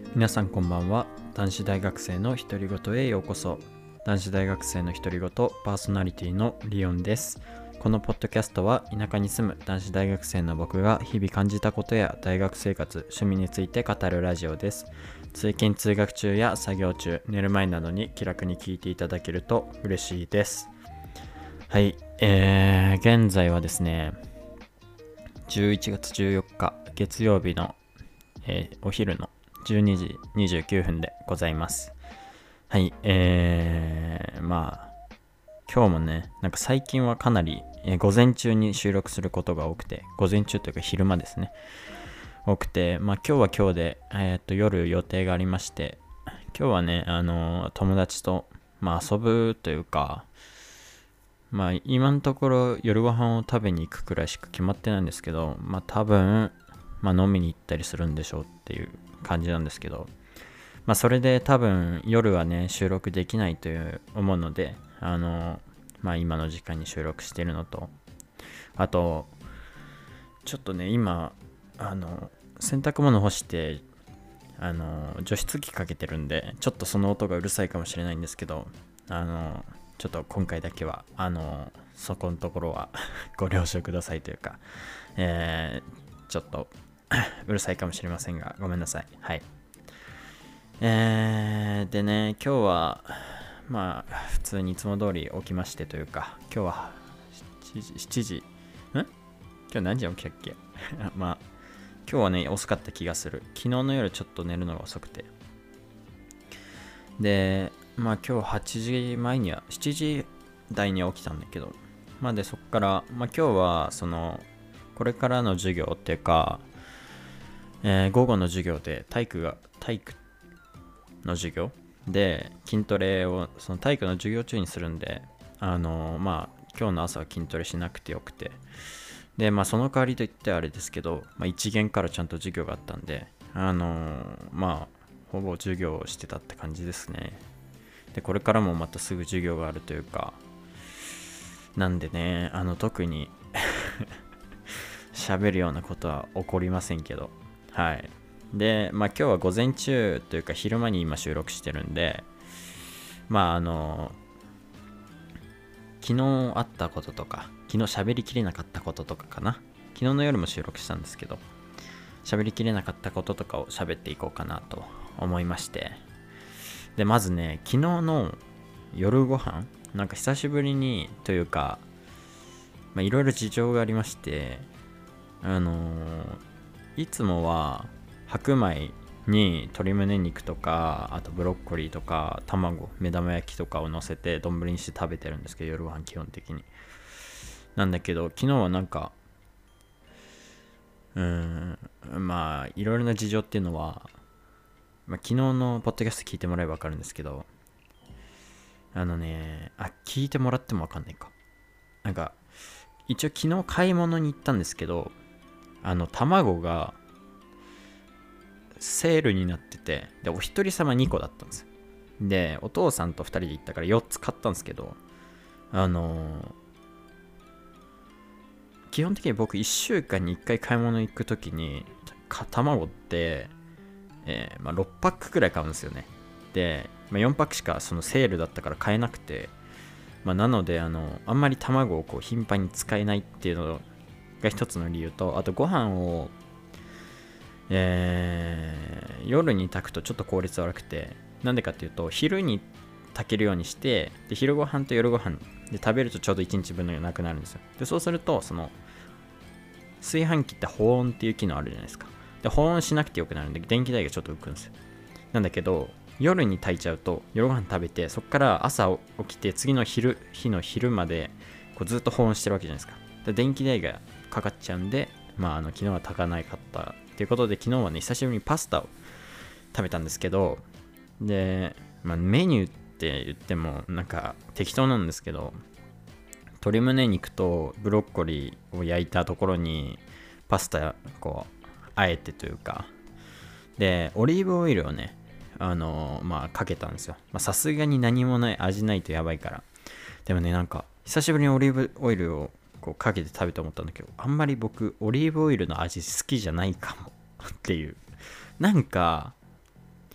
皆さんこんばんは。男子大学生の独り言へようこそ。男子大学生の独り言パーソナリティのリオンです。このポッドキャストは田舎に住む男子大学生の僕が日々感じたことや大学生活、趣味について語るラジオです。通勤通学中や作業中、寝る前などに気楽に聞いていただけると嬉しいです。はい、現在はですね11月14日月曜日の、お昼の12時29分でございます。はい、今日もね、なんか最近はかなり、午前中に収録することが多くて、午前中というか昼間ですね、多くて、今日は今日で、夜予定がありまして、今日はね、友達と、遊ぶというか、今のところ夜ご飯を食べに行くくらいしか決まってないんですけど、多分、飲みに行ったりするんでしょうっていう感じなんですけど、それで多分夜はね収録できないという思うので、今の時間に収録してるのと、あとちょっとね今洗濯物干して除湿機かけてるんで、ちょっとその音がうるさいかもしれないんですけど、ちょっと今回だけはそこのところはご了承くださいというか、ちょっとうるさいかもしれませんがごめんなさい。はい。でね、今日は普通にいつも通り起きましてというか、今日は7時今日何時起きたっけ今日はね遅かった気がする。昨日の夜ちょっと寝るのが遅くて、で今日8時前には7時台には起きたんだけど、でそっから、今日はこれからの授業っていうか、午後の授業で体育の授業で筋トレをその体育の授業中にするんで、今日の朝は筋トレしなくてよくて、でその代わりといってあれですけど、一限からちゃんと授業があったんで、ほぼ授業をしてたって感じですね。でこれからもまたすぐ授業があるというかなんでね、特に喋るようなことは起こりませんけど、はい。で、今日は午前中というか昼間に今収録してるんで、昨日あったこととか、昨日喋りきれなかったこととかかな。昨日の夜も収録したんですけど、喋りきれなかったこととかを喋っていこうかなと思いまして。で、まずね、昨日の夜ご飯、なんか久しぶりにというか、いろいろ事情がありまして、いつもは白米に鶏胸肉とか、あとブロッコリーとか卵、目玉焼きとかを乗せて丼にして食べてるんですけど、夜ご飯基本的になんだけど、昨日はなんかいろいろな事情っていうのは、昨日のポッドキャスト聞いてもらえば分かるんですけど、聞いてもらっても分かんないか。なんか一応昨日買い物に行ったんですけど、卵がセールになってて、でお一人様2個だったんですよ。でお父さんと2人で行ったから4つ買ったんですけど、基本的に僕1週間に1回買い物行くときに卵って、6パックくらい買うんですよね。で、4パックしかそのセールだったから買えなくて、なのであんまり卵をこう頻繁に使えないっていうのが一つの理由と、あとご飯を、夜に炊くとちょっと効率悪くて、なんでかっていうと昼に炊けるようにして、で昼ご飯と夜ご飯で食べるとちょうど1日分のがなくなるんですよ。でそうするとその炊飯器って保温っていう機能あるじゃないですか。で保温しなくてよくなるんで電気代がちょっと浮くんですよ。なんだけど夜に炊いちゃうと夜ご飯食べて、そこから朝起きて次の日の昼までこうずっと保温してるわけじゃないですか。で電気代がかかっちゃうんで、昨日は炊かなかったっていうことで、昨日はね久しぶりにパスタを食べたんですけど、で、メニューって言ってもなんか適当なんですけど、鶏胸肉とブロッコリーを焼いたところにパスタこうあえてというかで、オリーブオイルをねかけたんですよ。さすがに何もない味ないとやばいから。でもね、なんか久しぶりにオリーブオイルをこうかけて食べて思ったんだけど、あんまり僕オリーブオイルの味好きじゃないかもっていう。なんか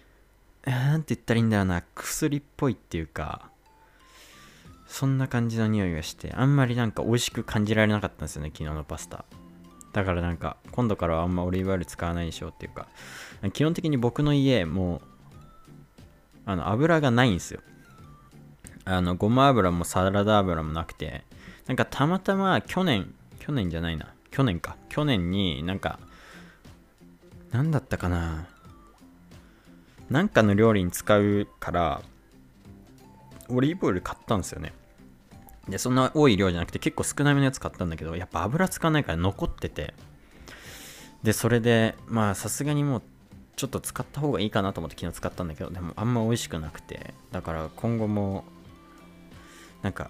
なんて言ったらいいんだろうな、薬っぽいっていうか、そんな感じの匂いがして、あんまりなんか美味しく感じられなかったんですよね、昨日のパスタ。だからなんか、今度からはあんまオリーブオイル使わないでしょっていうか、基本的に僕の家、もう、油がないんですよ。ごま油もサラダ油もなくて、なんかたまたま去年じゃないな、去年になんか、なんだったかな、なんかの料理に使うから、オリーブオイル買ったんですよね。で、そんな多い量じゃなくて結構少なめのやつ買ったんだけど、やっぱ油使わないから残ってて、で、それで、まあさすがにもうちょっと使った方がいいかなと思って昨日使ったんだけど、でもあんま美味しくなくて、だから今後も、なんか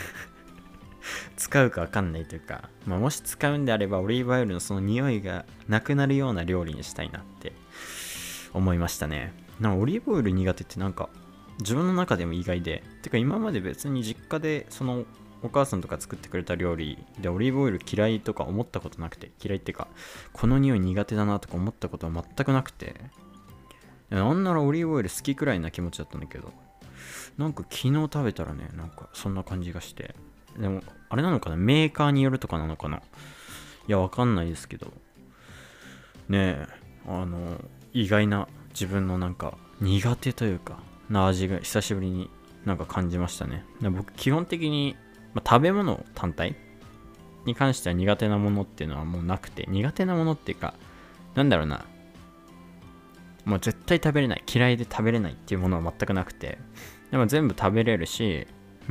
使うかわかんないというか、まあ、もし使うんであればオリーブオイルのその匂いがなくなるような料理にしたいなって思いましたね。なんかオリーブオイル苦手ってなんか自分の中でも意外で、てか今まで別に実家でそのお母さんとか作ってくれた料理でオリーブオイル嫌いとか思ったことなくて、嫌いっていうかこの匂い苦手だなとか思ったことは全くなくて、なんならオリーブオイル好きくらいな気持ちだったんだけど、なんか昨日食べたらね、なんかそんな感じがして、でもあれなのかな、メーカーによるとかなのかな、いやわかんないですけどねえ、意外な自分のなんか苦手というかな味が久しぶりになんか感じましたね。僕基本的に、食べ物単体に関しては苦手なものっていうのはもうなくて、苦手なものっていうか、なんだろうな、もう絶対食べれない、嫌いで食べれないっていうものは全くなくて、でも全部食べれるし、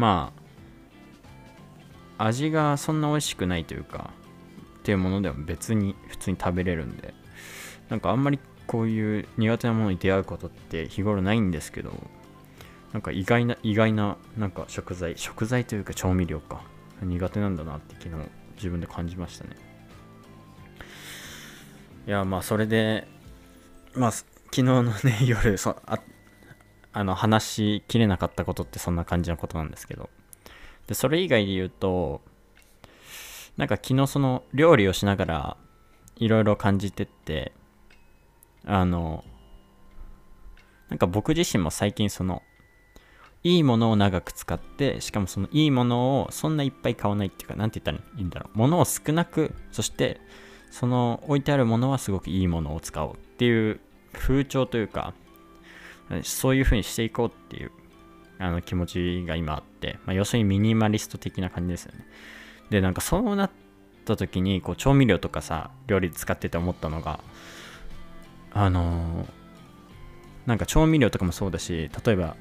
味がそんな美味しくないというかっていうものでも別に普通に食べれるんで、なんかあんまりこういう苦手なものに出会うことって日頃ないんですけど、なんか意外ななんか食材というか調味料か苦手なんだなって昨日自分で感じましたね。いや、それで昨日のね夜話しきれなかったことってそんな感じのことなんですけど、でそれ以外で言うと、なんか昨日その料理をしながらいろいろ感じてって、なんか僕自身も最近そのいいものを長く使って、しかもそのいいものをそんないっぱい買わないっていうか、なんて言ったらいいんだろう、ものを少なく、そしてその置いてあるものはすごくいいものを使おうっていう風潮というか、そういう風にしていこうっていう気持ちが今あって、要するにミニマリスト的な感じですよね。で、なんかそうなった時にこう調味料とかさ、料理使ってて思ったのが、なんか調味料とかもそうだし、例えば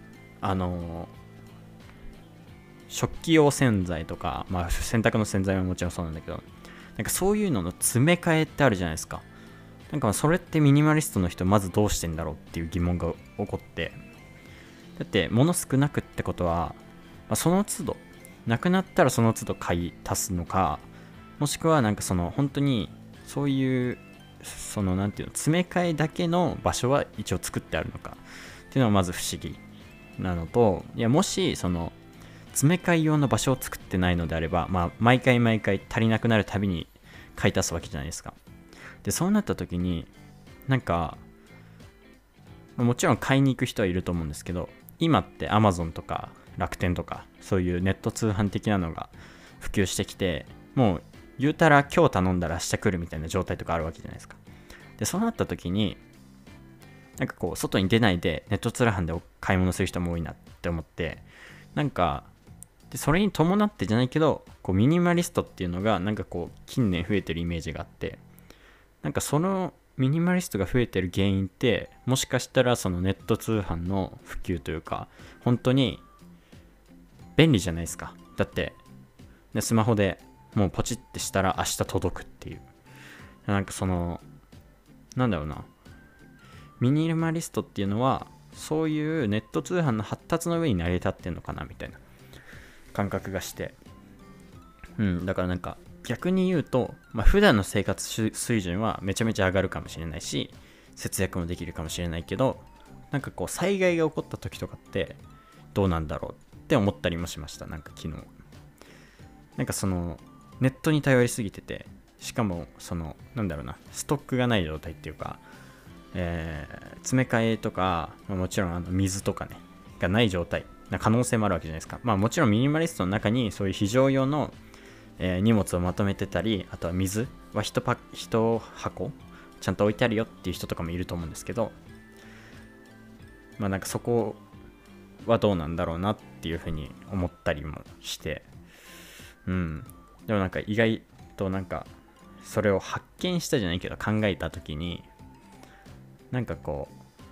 食器用洗剤とか、洗濯の洗剤はもちろんそうなんだけど、なんかそういうのの詰め替えってあるじゃないですか。なんかそれってミニマリストの人まずどうしてんだろうっていう疑問が起こって、だって物少なくってことは、その都度なくなったらその都度買い足すのか、もしくはなんかその本当にそういうそのなんていうの、詰め替えだけの場所は一応作ってあるのかっていうのはまず不思議なのと、いやもしその詰め替え用の場所を作ってないのであれば、毎回足りなくなるたびに買い足すわけじゃないですか。でそうなった時になんかもちろん買いに行く人はいると思うんですけど、今って Amazon とか楽天とかそういうネット通販的なのが普及してきて、もう言うたら今日頼んだら明日来るみたいな状態とかあるわけじゃないですか。でそうなった時になんかこう外に出ないでネット通販で買い物する人も多いなって思って、なんかでそれに伴ってじゃないけどこうミニマリストっていうのがなんかこう近年増えてるイメージがあって、なんかそのミニマリストが増えてる原因ってもしかしたらそのネット通販の普及というか、本当に便利じゃないですか。だってでスマホでもうポチってしたら明日届くっていう、なんかそのなんだろうな、ミニマリストっていうのはそういうネット通販の発達の上に成り立ってんのかなみたいな感覚がして、だからなんか逆に言うと、普段の生活水準はめちゃめちゃ上がるかもしれないし、節約もできるかもしれないけど、なんかこう災害が起こった時とかってどうなんだろうって思ったりもしました。なんか昨日なんかそのネットに頼りすぎてて、しかもそのなんだろうな、ストックがない状態っていうか、 詰め替えとか、もちろん水とかねがない状態な可能性もあるわけじゃないですか。もちろんミニマリストの中にそういう非常用の、荷物をまとめてたり、あとは水は1箱ちゃんと置いてあるよっていう人とかもいると思うんですけど、なんかそこはどうなんだろうなっていうふうに思ったりもして、でもなんか意外となんかそれを発見したじゃないけど考えた時に、なんかこ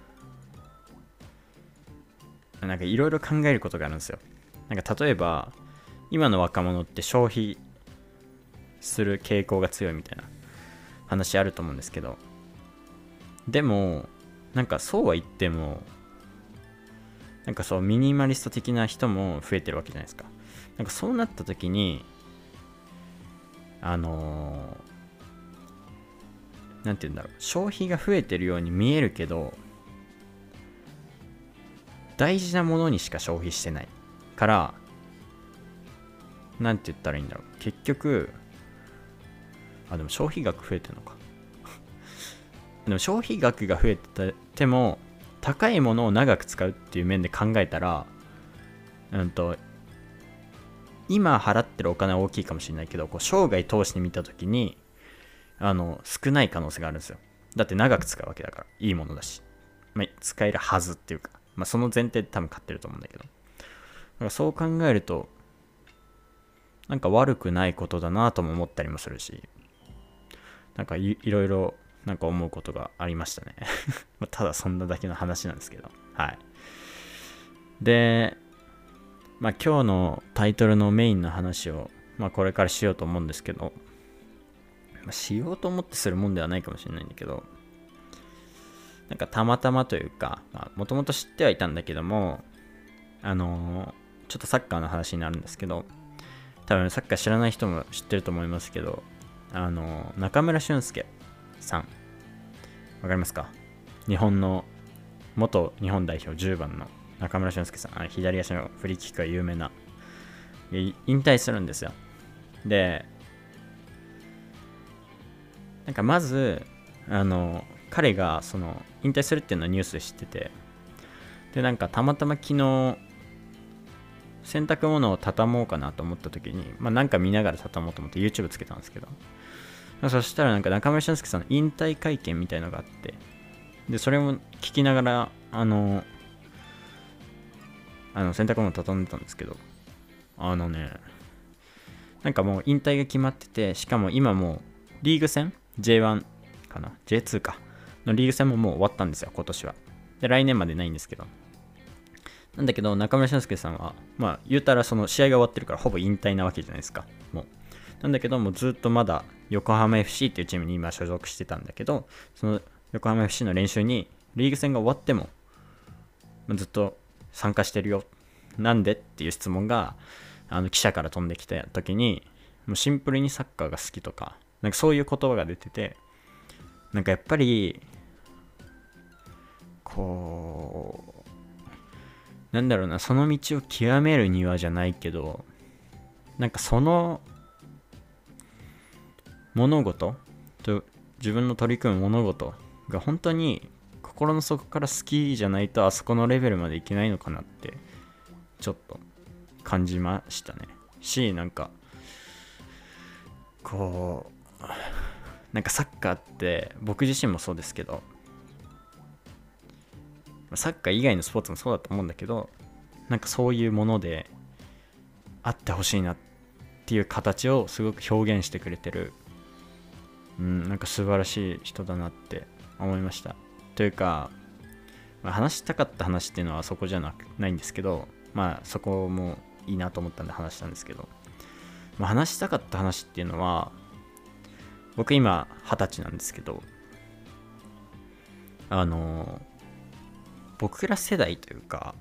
うなんかいろいろ考えることがあるんですよ。なんか例えば今の若者って消費する傾向が強いみたいな話あると思うんですけど、でもなんかそうは言ってもなんかそうミニマリスト的な人も増えてるわけじゃないですか。なんかそうなった時になんて言うんだろう、消費が増えてるように見えるけど大事なものにしか消費してないから、なんて言ったらいいんだろう、結局でも消費額増えてるのかでも消費額が増えても高いものを長く使うっていう面で考えたら、今払ってるお金は大きいかもしれないけど、こう生涯通してみたときに少ない可能性があるんですよ。だって長く使うわけだから、いいものだし、使えるはずっていうか、その前提で多分買ってると思うんだけど、だからそう考えるとなんか悪くないことだなとも思ったりもするし、なんかいろいろなんか思うことがありましたねただそんなだけの話なんですけど、はい。で、今日のタイトルのメインの話を、これからしようと思うんですけど、しようと思ってするもんではないかもしれないんだけど、なんかたまたまというか、もともと知ってはいたんだけども、ちょっとサッカーの話になるんですけど、多分サッカー知らない人も知ってると思いますけど、中村俊輔さん、わかりますか？日本の元日本代表10番の中村俊輔さん、左足のフリーキックが有名な、引退するんですよ。で、なんかまず彼がその引退するっていうのをニュースで知ってて、でなんかたまたま昨日洗濯物を畳もうかなと思った時に、なんか見ながら畳もうと思って YouTube つけたんですけど、そしたらなんか中村俊輔さんの引退会見みたいのがあって、でそれも聞きながら洗濯物を畳んでたんですけど、なんかもう引退が決まってて、しかも今もうリーグ戦 J1 かな J2 かのリーグ戦ももう終わったんですよ、今年は。で来年までないんですけど、なんだけど中村俊輔さんは言うたらその試合が終わってるからほぼ引退なわけじゃないですか。もうなんだけどもずっとまだ横浜 FC っていうチームに今所属してたんだけど、その横浜 FC の練習にリーグ戦が終わってもずっと参加してるよ、なんでっていう質問が記者から飛んできた時に、もうシンプルにサッカーが好きとか、なんかそういう言葉が出てて、なんかやっぱりこうなんだろうな、その道を極めるにはじゃないけど、なんかその物事と自分の取り組む物事が本当に心の底から好きじゃないとあそこのレベルまでいけないのかなってちょっと感じましたね。なんかこうなんかサッカーって僕自身もそうですけど、サッカー以外のスポーツもそうだと思うんだけど、なんかそういうものであってほしいなっていう形をすごく表現してくれてる、なんか素晴らしい人だなって思いました。というか、話したかった話っていうのはそこじゃないんですけど、そこもいいなと思ったんで話したんですけど、話したかった話っていうのは、僕今20歳なんですけど、僕ら世代というか、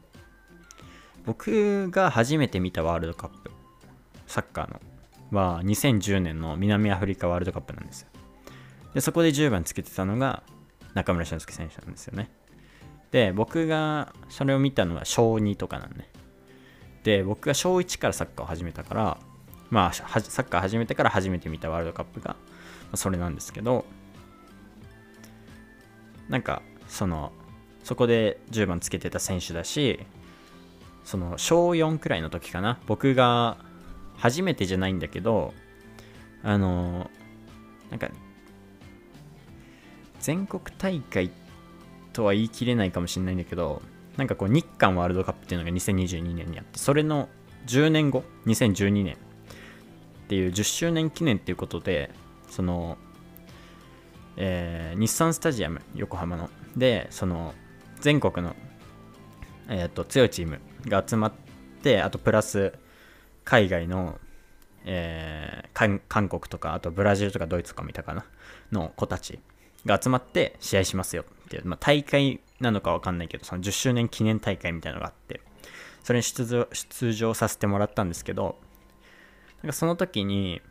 僕が初めて見たワールドカップ、サッカーのは2010年の南アフリカワールドカップなんですよ。でそこで10番つけてたのが中村俊輔選手なんですよね。で僕がそれを見たのは小2とかなんね。で僕が小1からサッカーを始めたから、サッカー始めてから初めて見たワールドカップがそれなんですけど、 なんかそこで10番つけてた選手だし、その小4くらいの時かな、僕が初めてじゃないんだけど、なんか全国大会とは言い切れないかもしれないんだけど、なんかこう日韓ワールドカップっていうのが2022年にあって、それの10年後2012年っていう10周年記念っていうことで、その、日産スタジアム横浜ので、その全国の、強いチームが集まって、あとプラス海外の、韓国とか、あとブラジルとかドイツとか見たかなの子たちが集まって試合しますよっていう、大会なのか分かんないけど、その10周年記念大会みたいなのがあって、それに出場させてもらったんですけど、なんかその時に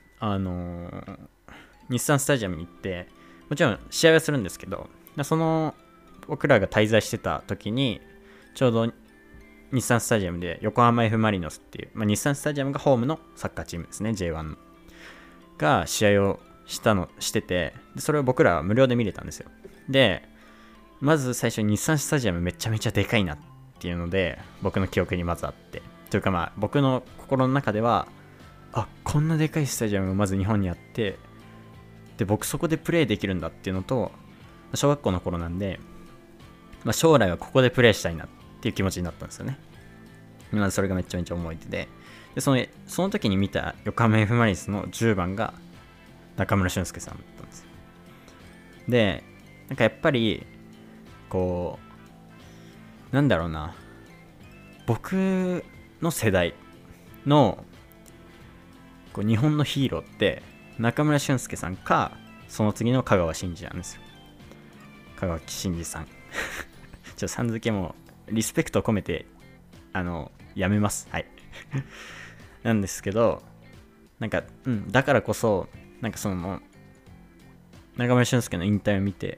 日産スタジアムに行って、もちろん試合はするんですけど、その僕らが滞在してた時にちょうど日産スタジアムで横浜 F マリノスっていう、日産スタジアムがホームのサッカーチームですね、 J1 のが試合をしてて、でそれを僕らは無料で見れたんですよ。でまず最初に日産スタジアムめちゃめちゃでかいなっていうので、僕の記憶にまずあって、というか僕の心の中では、こんなでかいスタジアムがまず日本にあって、で僕そこでプレーできるんだっていうのと、小学校の頃なんで、将来はここでプレーしたいなっていう気持ちになったんですよね。まずそれがめちゃめちゃ思い出で、その時に見た横浜 F マリノスの10番が中村俊輔さんだったんですよ。でなんかやっぱりこう、なんだろうな、僕の世代のこう日本のヒーローって中村俊輔さんか、その次の香川真司なんですよ。香川真司さんさん付けもリスペクトを込めてやめます、はいなんですけど、なんか、だからこそ、なんかその中村俊輔の引退を見て、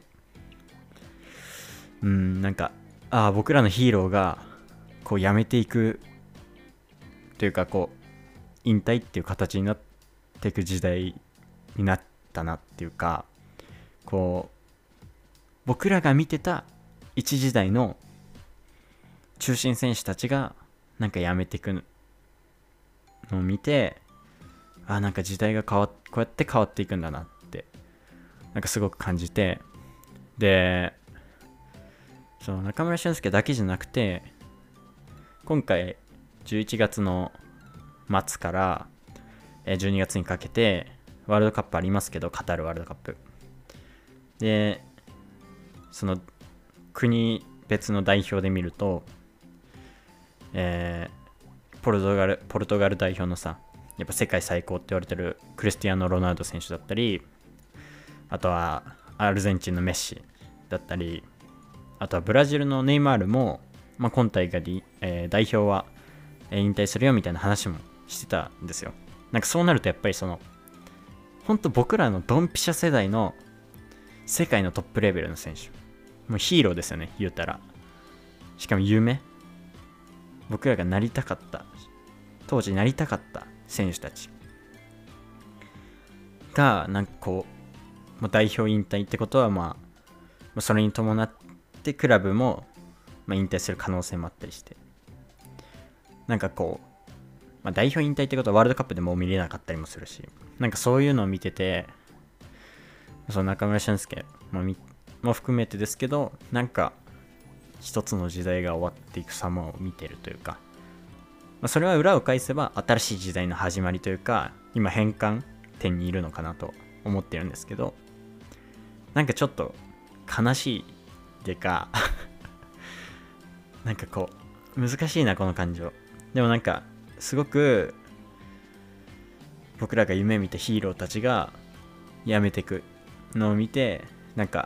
なんか僕らのヒーローがこう辞めていくというか、こう引退っていう形になっていく時代になったなっていうか、こう僕らが見てた一時代の中心選手たちがなんか辞めていくのを見て、なんか時代がこうやって変わっていくんだなってなんかすごく感じて、でその中村俊輔だけじゃなくて、今回11月の末から12月にかけてワールドカップありますけど、カタールワールドカップで、その国別の代表で見ると、ポルトガル代表のさ、やっぱ世界最高って言われてるクリスティアーノ・ロナウド選手だったり、あとはアルゼンチンのメッシだったり、あとはブラジルのネイマールも、今大会で、代表は引退するよみたいな話もしてたんですよ。なんかそうなるとやっぱり本当僕らのドンピシャ世代の世界のトップレベルの選手、もうヒーローですよね、言うたら。しかも僕らがなりたかった、当時なりたかった選手たちがなんかこう、もう代表引退ってことはそれに伴ってクラブも引退する可能性もあったりして、なんかこう、代表引退ってことはワールドカップでもう見れなかったりもするし、なんかそういうのを見てて、その中村俊輔も含めてですけど、なんか一つの時代が終わっていく様を見てるというか、それは裏を返せば新しい時代の始まりというか、今変換点にいるのかなと思ってるんですけど、なんかちょっと悲しいでかなんかこう難しいなこの感情。でもなんかすごく僕らが夢見たヒーローたちが辞めてくのを見て、なんか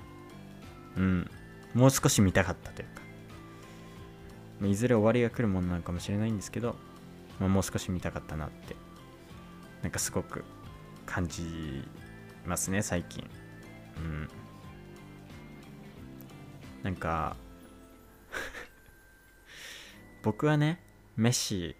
もう少し見たかったというか、いずれ終わりが来るものなのかもしれないんですけど、もう少し見たかったなってなんかすごく感じますね最近。なんか僕はね、メッシ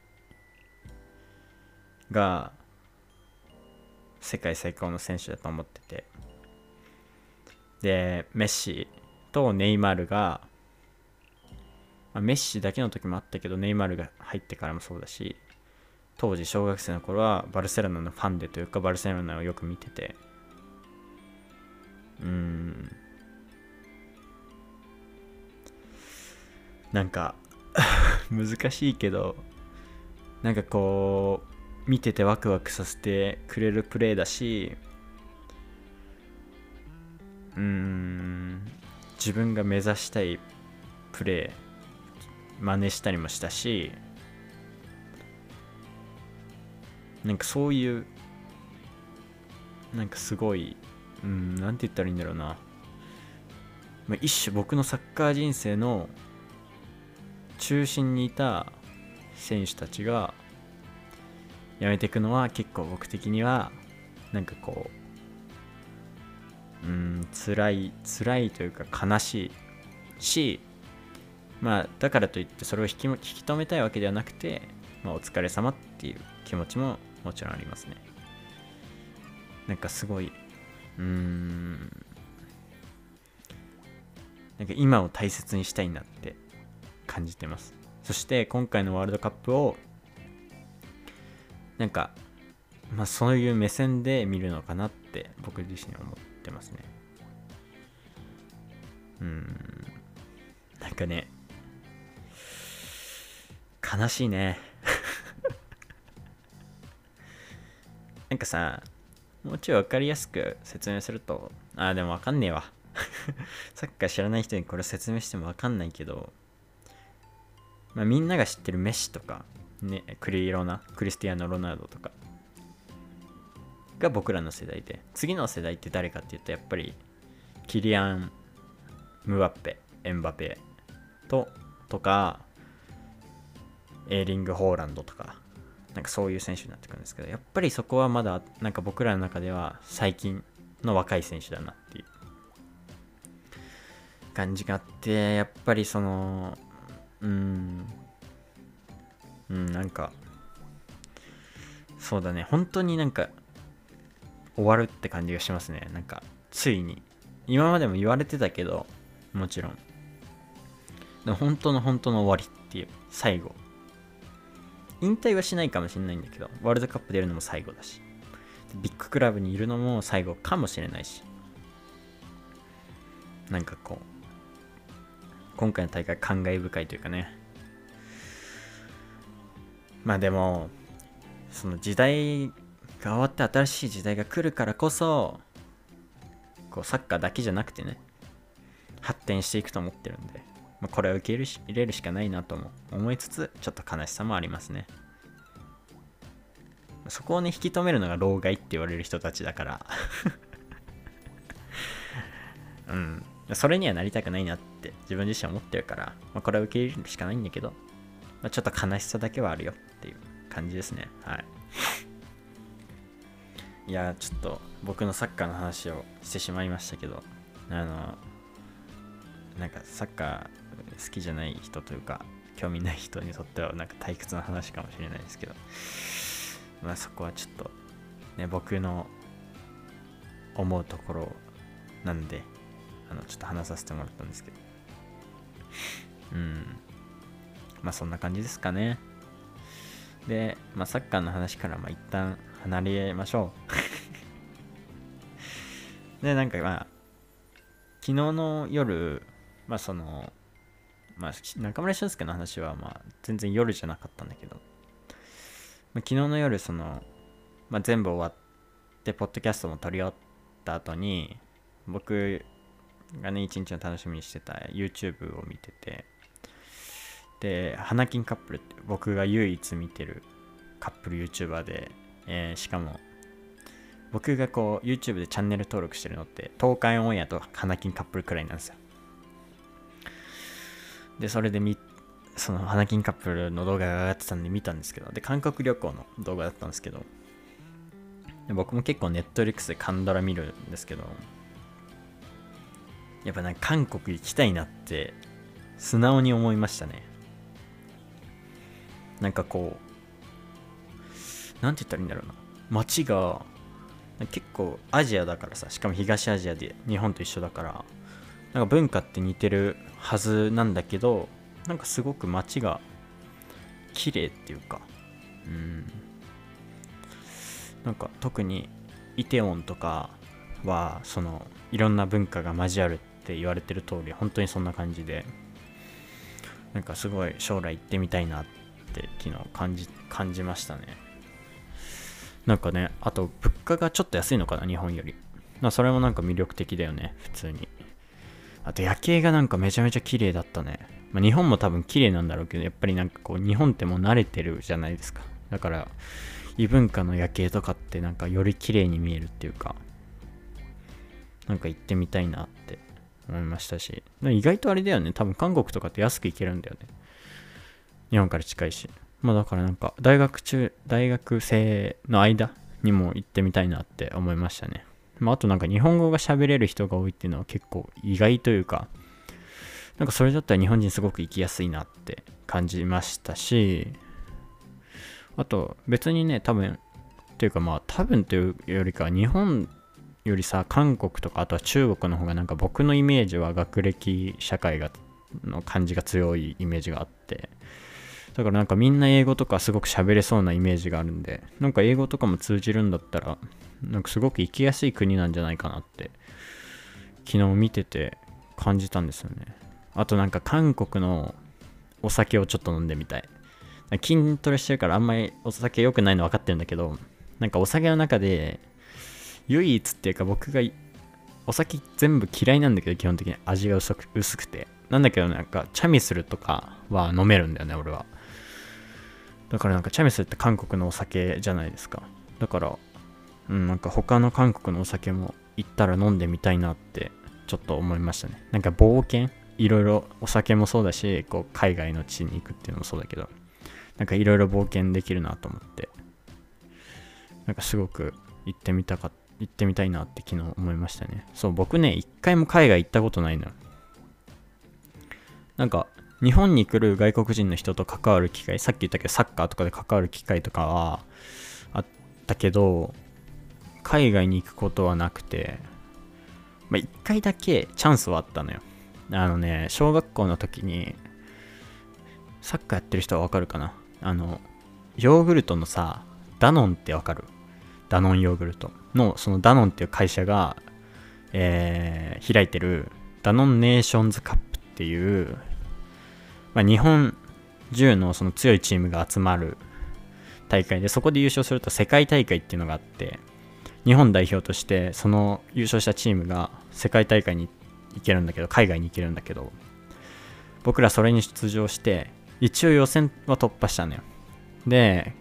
が世界最高の選手だと思ってて、 でメッシとネイマールが、メッシだけの時もあったけどネイマールが入ってからもそうだし、当時小学生の頃はバルセロナのファンでというかバルセロナをよく見てて、なんか難しいけど、なんかこう見ててワクワクさせてくれるプレーだし、自分が目指したいプレー真似したりもしたし、なんかそういうなんかすごい、なんて言ったらいいんだろうな、一種僕のサッカー人生の中心にいた選手たちが辞めていくのは結構僕的にはなんかこう辛いというか悲しいし、だからといってそれを引き止めたいわけではなくて、お疲れ様っていう気持ちももちろんありますね。なんかすごいなんか今を大切にしたいなって感じてます。そして今回のワールドカップをなんかそういう目線で見るのかなって僕自身は思ってますね。なんかね、悲しいねなんかさ、もうちょい分かりやすく説明すると、でも分かんねえわサッカー知らない人にこれ説明しても分かんないけど、みんなが知ってるメッシとか、ね、クリスティアーノ・ロナウドとかが僕らの世代で、次の世代って誰かっていうとやっぱりキリアン・ムバッペ、エンバペとかエーリング・ホーランドとか、なんかそういう選手になってくるんですけど、やっぱりそこはまだなんか僕らの中では最近の若い選手だなっていう感じがあって、やっぱりそのなんかそうだね、本当になんか終わるって感じがしますね。なんかついに、今までも言われてたけどもちろん、でも本当の終わりっていう、最後引退はしないかもしれないんだけど、ワールドカップ出るのも最後だし、ビッグクラブにいるのも最後かもしれないし、なんかこう今回の大会感慨深いというかね。でもその時代が終わって新しい時代が来るからこそ、こうサッカーだけじゃなくてね、発展していくと思ってるんで、これは受け入れるしかないなとも思いつつ、ちょっと悲しさもありますね。そこをね引き止めるのが老害って言われる人たちだからそれにはなりたくないなって自分自身は思ってるから、これは受け入れるしかないんだけど、ちょっと悲しさだけはあるよっていう感じですね。いやちょっと僕のサッカーの話をしてしまいましたけど、なんかサッカー好きじゃない人というか興味ない人にとってはなんか退屈な話かもしれないですけど、そこはちょっとね僕の思うところなんでちょっと話させてもらったんですけど、そんな感じですかね。で、サッカーの話から一旦離れましょうで、なんか昨日の夜、中村俊輔の話は全然夜じゃなかったんだけど、昨日の夜全部終わってポッドキャストも撮り終わった後に、僕がね一日の楽しみにしてた YouTube を見てて、で花金カップルって僕が唯一見てるカップル YouTuber で、しかも僕がこう YouTube でチャンネル登録してるのって東海オンエアと花金カップルくらいなんですよ。でそれでその花金カップルの動画が上がってたんで見たんですけど、で韓国旅行の動画だったんですけど、で僕も結構 Netflix でカンドラ見るんですけど、やっぱ韓国行きたいなって素直に思いましたね。なんかこうなんて言ったらいいんだろうな、街が結構アジアだからさ、しかも東アジアで日本と一緒だから、なんか文化って似てるはずなんだけど、なんかすごく街が綺麗っていうか、なんか特にイテウォンとかはそのいろんな文化が交わるって言われてる通り、本当にそんな感じで、なんかすごい将来行ってみたいなって昨日感じましたね。なんかね、あと物価がちょっと安いのかな、日本より。それもなんか魅力的だよね、普通に。あと夜景がなんかめちゃめちゃ綺麗だったね。日本も多分綺麗なんだろうけど、やっぱりなんかこう日本ってもう慣れてるじゃないですか。だから異文化の夜景とかってなんかより綺麗に見えるっていうか、なんか行ってみたいなって思いましたし、意外とあれだよね、多分韓国とかって安く行けるんだよね。日本から近いし。だからなんか大学生の間にも行ってみたいなって思いましたね。あとなんか日本語が喋れる人が多いっていうのは結構意外というか、なんかそれだったら日本人すごく行きやすいなって感じましたし、あと別にね、多分というよりかは日本よりさ、韓国とかあとは中国の方がなんか僕のイメージは学歴社会の感じが強いイメージがあって、だからなんかみんな英語とかすごく喋れそうなイメージがあるんで、なんか英語とかも通じるんだったらなんかすごく行きやすい国なんじゃないかなって昨日見てて感じたんですよね。あとなんか韓国のお酒をちょっと飲んでみたい。筋トレしてるからあんまりお酒良くないの分かってるんだけど、なんかお酒の中で唯一っていうか、僕がお酒全部嫌いなんだけど、基本的に味が薄くてなんだけど、なんかチャミスルとかは飲めるんだよね、俺は。だからなんかチャミスルって韓国のお酒じゃないですか。だからなんか他の韓国のお酒も行ったら飲んでみたいなってちょっと思いましたね。なんか冒険、いろいろお酒もそうだし、こう海外の地に行くっていうのもそうだけど、なんかいろいろ冒険できるなと思って、なんかすごく行ってみたいなって昨日思いましたね。そう、僕ね、一回も海外行ったことないのよ。なんか日本に来る外国人の人と関わる機会、さっき言ったけどサッカーとかで関わる機会とかはあったけど、海外に行くことはなくて、一回だけチャンスはあったのよ。小学校の時に、サッカーやってる人はわかるかな、ヨーグルトのさ、ダノンってわかる？ダノンヨーグルトの、そのダノンっていう会社が、開いてるダノンネーションズカップっていう、日本中のその強いチームが集まる大会で、そこで優勝すると世界大会っていうのがあって、日本代表としてその優勝したチームが世界大会に行けるんだけど、海外に行けるんだけど、僕らそれに出場して一応予選は突破したのよ。で、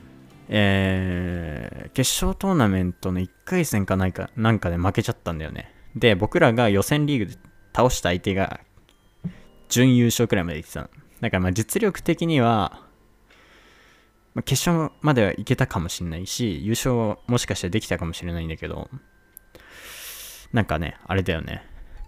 決勝トーナメントの1回戦かなんかで負けちゃったんだよね。で、僕らが予選リーグで倒した相手が準優勝くらいまで行ってたの。だから実力的には、決勝まではいけたかもしれないし、優勝はもしかしてできたかもしれないんだけど、なんかね、あれだよね。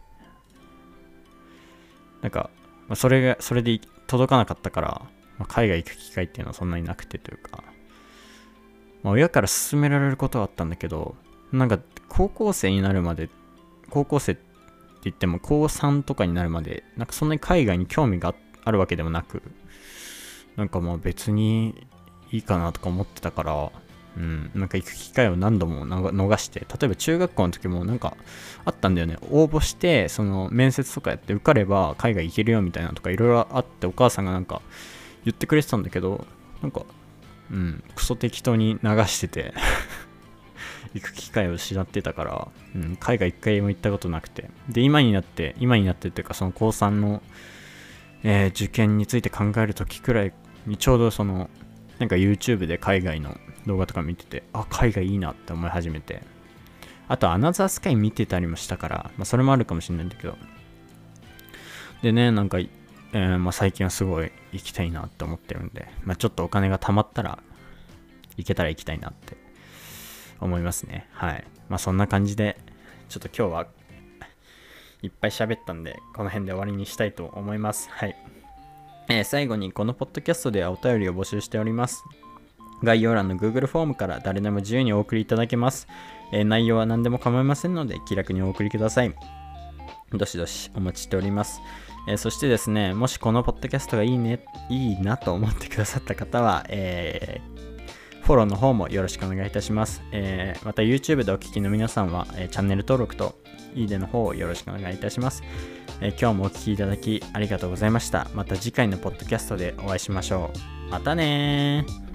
なんか、それで届かなかったから、海外行く機会っていうのはそんなになくてというか、親から勧められることはあったんだけど、なんか高校生って言っても高3とかになるまで、なんかそんなに海外に興味があるわけでもなく、なんか別にいいかなとか思ってたから、なんか行く機会を何度も逃して、例えば中学校の時もなんかあったんだよね。応募してその面接とかやって受かれば海外行けるよみたいなとかいろいろあって、お母さんがなんか言ってくれてたんだけど、なんかクソ適当に流してて行く機会を失ってたから、海外一回も行ったことなくて、で今になってっていうか、その高3の、受験について考える時くらいにちょうどそのなんか YouTube で海外の動画とか見てて、海外いいなって思い始めて、あとアナザースカイ見てたりもしたから、それもあるかもしれないんだけど、でね、なんか、最近はすごい行きたいなって思ってるんで、ちょっとお金が貯まったら行けたら行きたいなって思いますね。はい。そんな感じで、ちょっと今日はいっぱい喋ったんで、この辺で終わりにしたいと思います。はい。最後にこのポッドキャストではお便りを募集しております。 概要欄の Google フォームから誰でも自由にお送りいただけます。内容は何でも構いませんので気楽にお送りください。どしどしお待ちしております。そしてですね、もしこのポッドキャストがいいなと思ってくださった方は、フォローの方もよろしくお願いいたします。また YouTube でお聞きの皆さんは、チャンネル登録といいねの方をよろしくお願いいたします。今日もお聞きいただきありがとうございました。また次回のポッドキャストでお会いしましょう。またねー。